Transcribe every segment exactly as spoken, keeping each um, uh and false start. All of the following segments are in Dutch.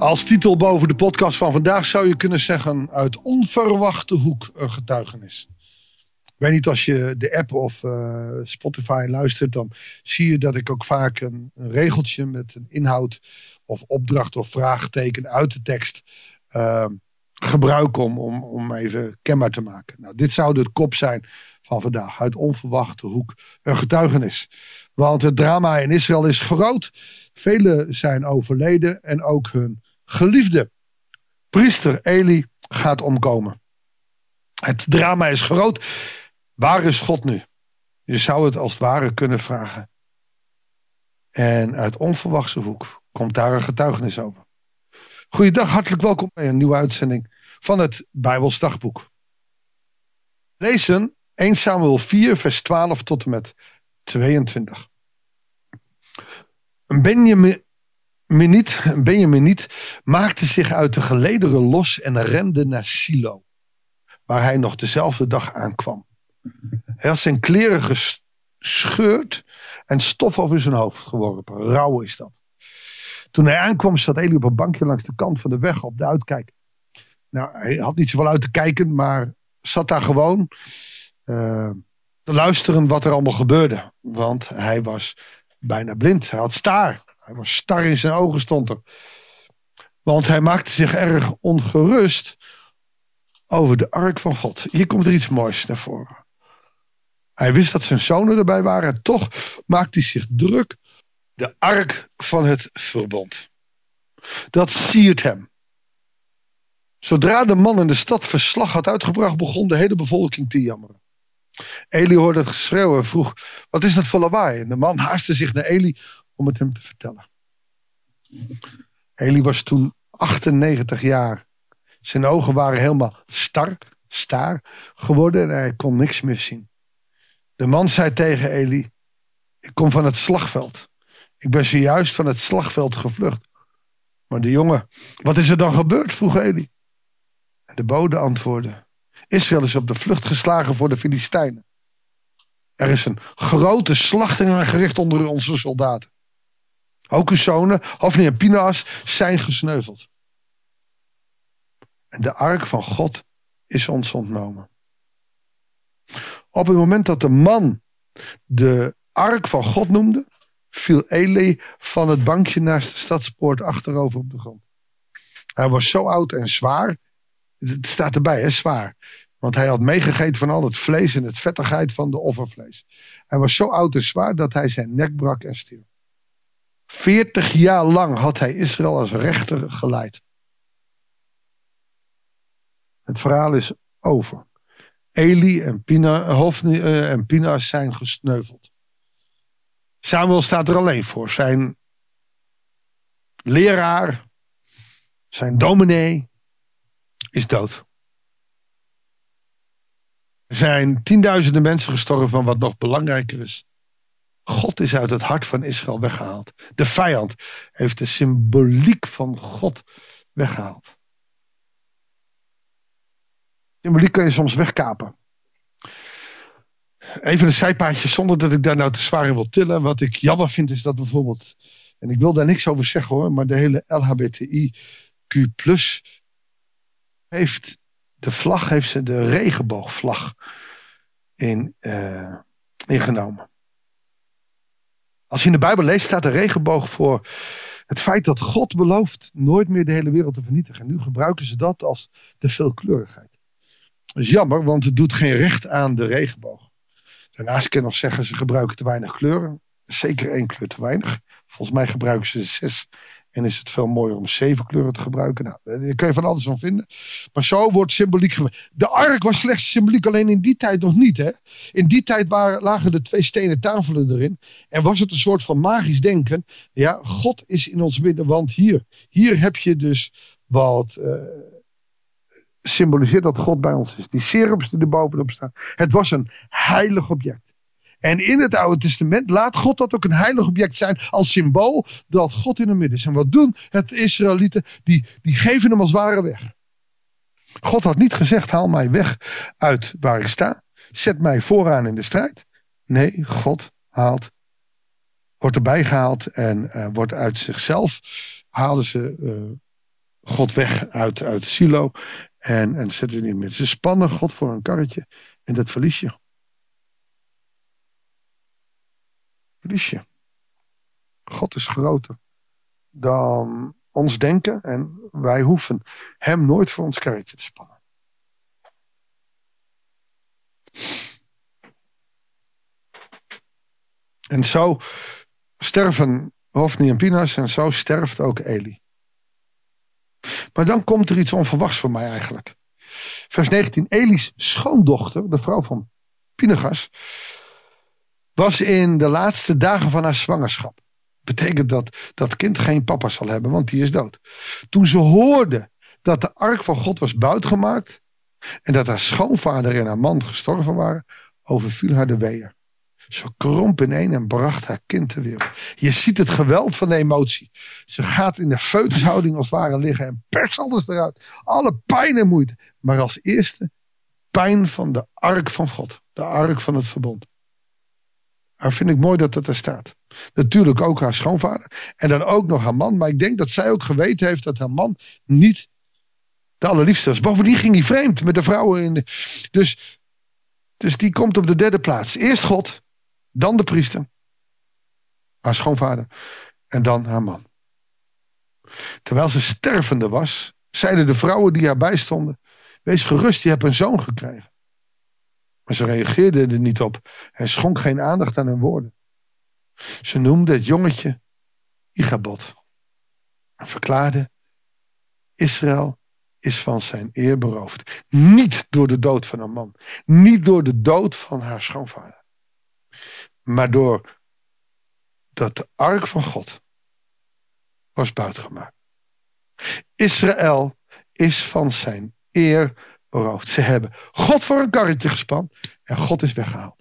Als titel boven de podcast van vandaag zou je kunnen zeggen: uit onverwachte hoek een getuigenis. Ik weet niet, als je de app of uh, Spotify luistert, dan zie je dat ik ook vaak een, een regeltje met een inhoud of opdracht of vraagteken uit de tekst uh, gebruik om, om, om even kenbaar te maken. Nou, dit zou de kop zijn van vandaag. Uit onverwachte hoek een getuigenis. Want het drama in Israël is groot. Velen zijn overleden en ook hun geliefde priester Eli gaat omkomen. Het drama is groot. Waar is God nu? Je zou het als het ware kunnen vragen. En uit onverwachte hoek komt daar een getuigenis over. Goeiedag, hartelijk welkom bij een nieuwe uitzending van het Bijbels Dagboek. Lezen eerste Samuel vier vers twaalf tot en met tweeëntwintig. Een Benjaminiet, een Benjaminiet maakte zich uit de gelederen los en rende naar Silo, waar hij nog dezelfde dag aankwam. Hij had zijn kleren gescheurd en stof over zijn hoofd geworpen. Rauw is dat. Toen hij aankwam zat Eli op een bankje langs de kant van de weg op de uitkijk. Nou, hij had niet zoveel uit te kijken, maar zat daar gewoon uh, te luisteren wat er allemaal gebeurde. Want hij was bijna blind. Hij had staar. Hij was star in zijn ogen, stond er. Want hij maakte zich erg ongerust over de ark van God. Hier komt er iets moois naar voren. Hij wist dat zijn zonen erbij waren. En toch maakte hij zich druk. De ark van het verbond. Dat siert hem. Zodra de man in de stad verslag had uitgebracht, begon de hele bevolking te jammeren. Eli hoorde het geschreeuw en vroeg: wat is dat voor lawaai? En de man haastte zich naar Eli om het hem te vertellen. Eli was toen achtennegentig jaar. Zijn ogen waren helemaal star, staar geworden en hij kon niks meer zien. De man zei tegen Eli: ik kom van het slagveld. Ik ben zojuist van het slagveld gevlucht. Maar de jongen: wat is er dan gebeurd? Vroeg Eli. En de bode antwoordde: Israël is op de vlucht geslagen voor de Filistijnen. Er is een grote slachting aangericht onder onze soldaten. Ook uw zonen, Hofni en Pinaas, zijn gesneuveld. En de ark van God is ons ontnomen. Op het moment dat de man de ark van God noemde, viel Eli van het bankje naast de stadspoort achterover op de grond. Hij was zo oud en zwaar. Het staat erbij, hè, zwaar. Want hij had meegegeten van al het vlees en het vettigheid van de offervlees. Hij was zo oud en zwaar dat hij zijn nek brak en stierf. Veertig jaar lang had hij Israël als rechter geleid. Het verhaal is over. Eli en, Pina, Hofni, uh, en Pinaas zijn gesneuveld. Samuel staat er alleen voor. Zijn leraar, zijn dominee, is dood. Er zijn tienduizenden mensen gestorven, maar wat nog belangrijker is: God is uit het hart van Israël weggehaald. De vijand heeft de symboliek van God weggehaald. Symboliek kun je soms wegkapen. Even een zijpaadje zonder dat ik daar nou te zwaar in wil tillen. Wat ik jammer vind is dat bijvoorbeeld, en ik wil daar niks over zeggen hoor, maar de hele L H B T I Q plus heeft de vlag, heeft ze de regenboogvlag in, uh, ingenomen. Als je in de Bijbel leest, staat de regenboog voor het feit dat God belooft nooit meer de hele wereld te vernietigen. En nu gebruiken ze dat als de veelkleurigheid. Dat is jammer, want het doet geen recht aan de regenboog. Daarnaast kan je nog zeggen, ze gebruiken te weinig kleuren. Zeker één kleur te weinig. Volgens mij gebruiken ze zes. En is het veel mooier om zeven kleuren te gebruiken. Nou, daar kun je van alles van vinden. Maar zo wordt symboliek gemaakt. De ark was slechts symboliek, alleen in die tijd nog niet. Hè? In die tijd waren, lagen de twee stenen tafelen erin. En was het een soort van magisch denken. Ja, God is in ons midden. Want hier, hier heb je dus wat uh, symboliseert dat God bij ons is. Die serums die er bovenop staan. Het was een heilig object. En in het Oude Testament laat God dat ook een heilig object zijn als symbool dat God in het midden is. En wat doen het Israëlieten? Die, die geven hem als ware weg. God had niet gezegd: haal mij weg uit waar ik sta. Zet mij vooraan in de strijd. Nee, God haalt, wordt erbij gehaald en uh, wordt uit zichzelf, halen ze uh, God weg uit, uit Silo. En, en zetten ze niet meer. Ze spannen God voor een karretje. En dat verlies je. Verlies je. God is groter dan ons denken. En wij hoeven hem nooit voor ons karretje te spannen. En zo sterven Hofni en Pinhas. En zo sterft ook Eli. Maar dan komt er iets onverwachts voor mij eigenlijk. Vers negentien. Eli's schoondochter, de vrouw van Pinhas, was in de laatste dagen van haar zwangerschap. Betekent dat dat kind geen papa zal hebben, want die is dood. Toen ze hoorde dat de ark van God was buitgemaakt en dat haar schoonvader en haar man gestorven waren, overviel haar de weeën. Ze kromp ineen en bracht haar kind ter wereld. Je ziet het geweld van de emotie. Ze gaat in de foetushouding als het ware liggen en perst alles eruit. Alle pijn en moeite. Maar als eerste pijn van de ark van God. De ark van het verbond. Maar vind ik mooi dat dat er staat. Natuurlijk ook haar schoonvader. En dan ook nog haar man. Maar ik denk dat zij ook geweten heeft dat haar man niet de allerliefste was. Bovendien ging hij vreemd met de vrouwen. In de... Dus, dus die komt op de derde plaats. Eerst God. Dan de priester. Haar schoonvader. En dan haar man. Terwijl ze stervende was. Zeiden de vrouwen die haar bijstonden. Wees gerust, je hebt een zoon gekregen. Maar ze reageerde er niet op. En schonk geen aandacht aan hun woorden. Ze noemde het jongetje Ichabod. En verklaarde. Israël is van zijn eer beroofd. Niet door de dood van haar man. Niet door de dood van haar schoonvader. Maar door dat de ark van God was buitgemaakt. Israël is van zijn eer beroofd. Ze hebben God voor een karretje gespan en God is weggehaald.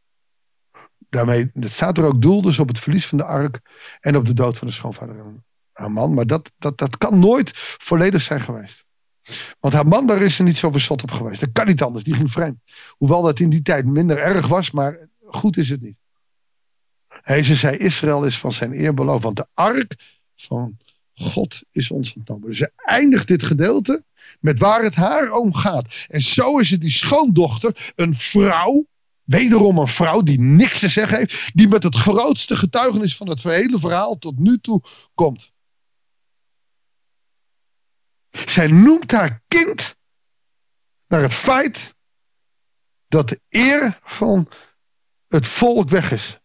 Daarmee, dat staat er ook doel dus op het verlies van de ark en op de dood van de schoonvader en haar man. Maar dat, dat, dat kan nooit volledig zijn geweest. Want haar man, daar is ze niet zo verzot op geweest. Dat kan niet anders, die ging vreemd. Hoewel dat in die tijd minder erg was, maar goed is het niet. Hij ze zei, Israël is van zijn eer beloofd, want de ark van God is ons ontnomen. Dus ze eindigt dit gedeelte met waar het haar om gaat. En zo is het die schoondochter, een vrouw, wederom een vrouw die niks te zeggen heeft, die met het grootste getuigenis van het hele verhaal tot nu toe komt. Zij noemt haar kind naar het feit dat de eer van het volk weg is.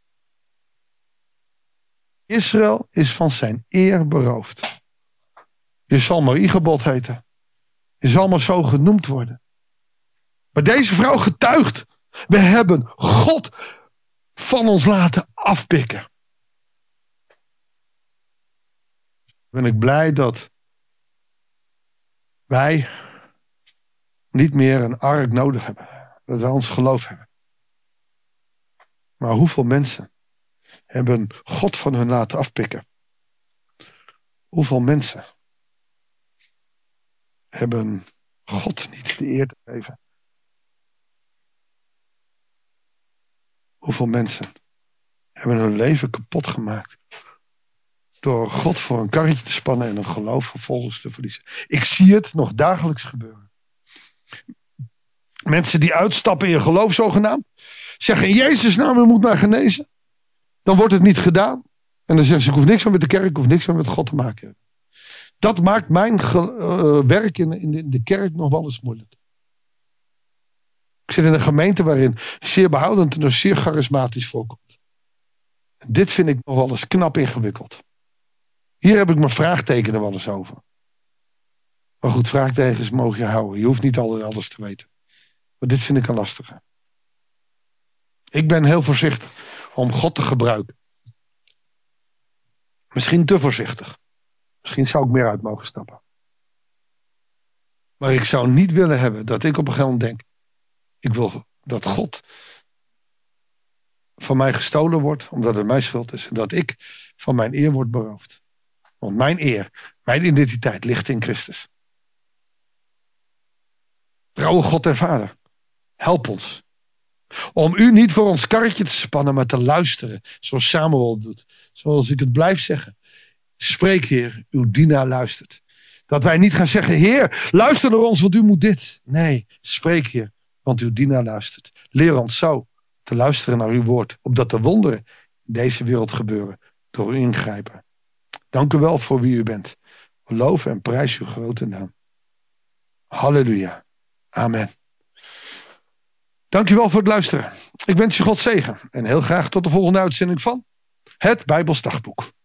Israël is van zijn eer beroofd. Je zal maar Ichabod heten. Je zal maar zo genoemd worden. Maar deze vrouw getuigt. We hebben God van ons laten afpikken. Ben ik blij dat wij niet meer een ark nodig hebben. Dat wij ons geloof hebben. Maar hoeveel mensen hebben God van hun laten afpikken? Hoeveel mensen hebben God niet de eer te geven? Hoeveel mensen hebben hun leven kapot gemaakt door God voor een karretje te spannen en hun geloof vervolgens te verliezen? Ik zie het nog dagelijks gebeuren. Mensen die uitstappen in je geloof zogenaamd, zeggen in Jezus' naam, u moet mij genezen. Dan wordt het niet gedaan. En dan zeggen ze, ik hoef niks meer met de kerk, ik hoef niks meer met God te maken. Dat maakt mijn ge- uh, werk in, in, de, in de kerk nog wel eens moeilijk. Ik zit in een gemeente waarin zeer behoudend en zeer charismatisch voorkomt. En dit vind ik nog wel eens knap ingewikkeld. Hier heb ik mijn vraagtekenen wel eens over. Maar goed, vraagtekens mogen je houden. Je hoeft niet altijd alles te weten. Maar dit vind ik een lastige. Ik ben heel voorzichtig om God te gebruiken. Misschien te voorzichtig. Misschien zou ik meer uit mogen stappen. Maar ik zou niet willen hebben dat ik op een gegeven moment denk, ik wil dat God van mij gestolen wordt, omdat het mijn schuld is. En dat ik van mijn eer word beroofd. Want mijn eer, mijn identiteit ligt in Christus. Trouwe God en Vader, help ons. Om u niet voor ons karretje te spannen, maar te luisteren. Zoals Samuel doet. Zoals ik het blijf zeggen. Spreek, Heer, uw dienaar luistert. Dat wij niet gaan zeggen, Heer, luister naar ons, want u moet dit. Nee, spreek Heer, want uw dienaar luistert. Leer ons zo te luisteren naar uw woord, opdat de wonderen in deze wereld gebeuren door uw ingrijpen. Dank u wel voor wie u bent. We loven en prijzen uw grote naam. Halleluja. Amen. Dank u wel voor het luisteren. Ik wens je God zegen en heel graag tot de volgende uitzending van Het Bijbels Dagboek.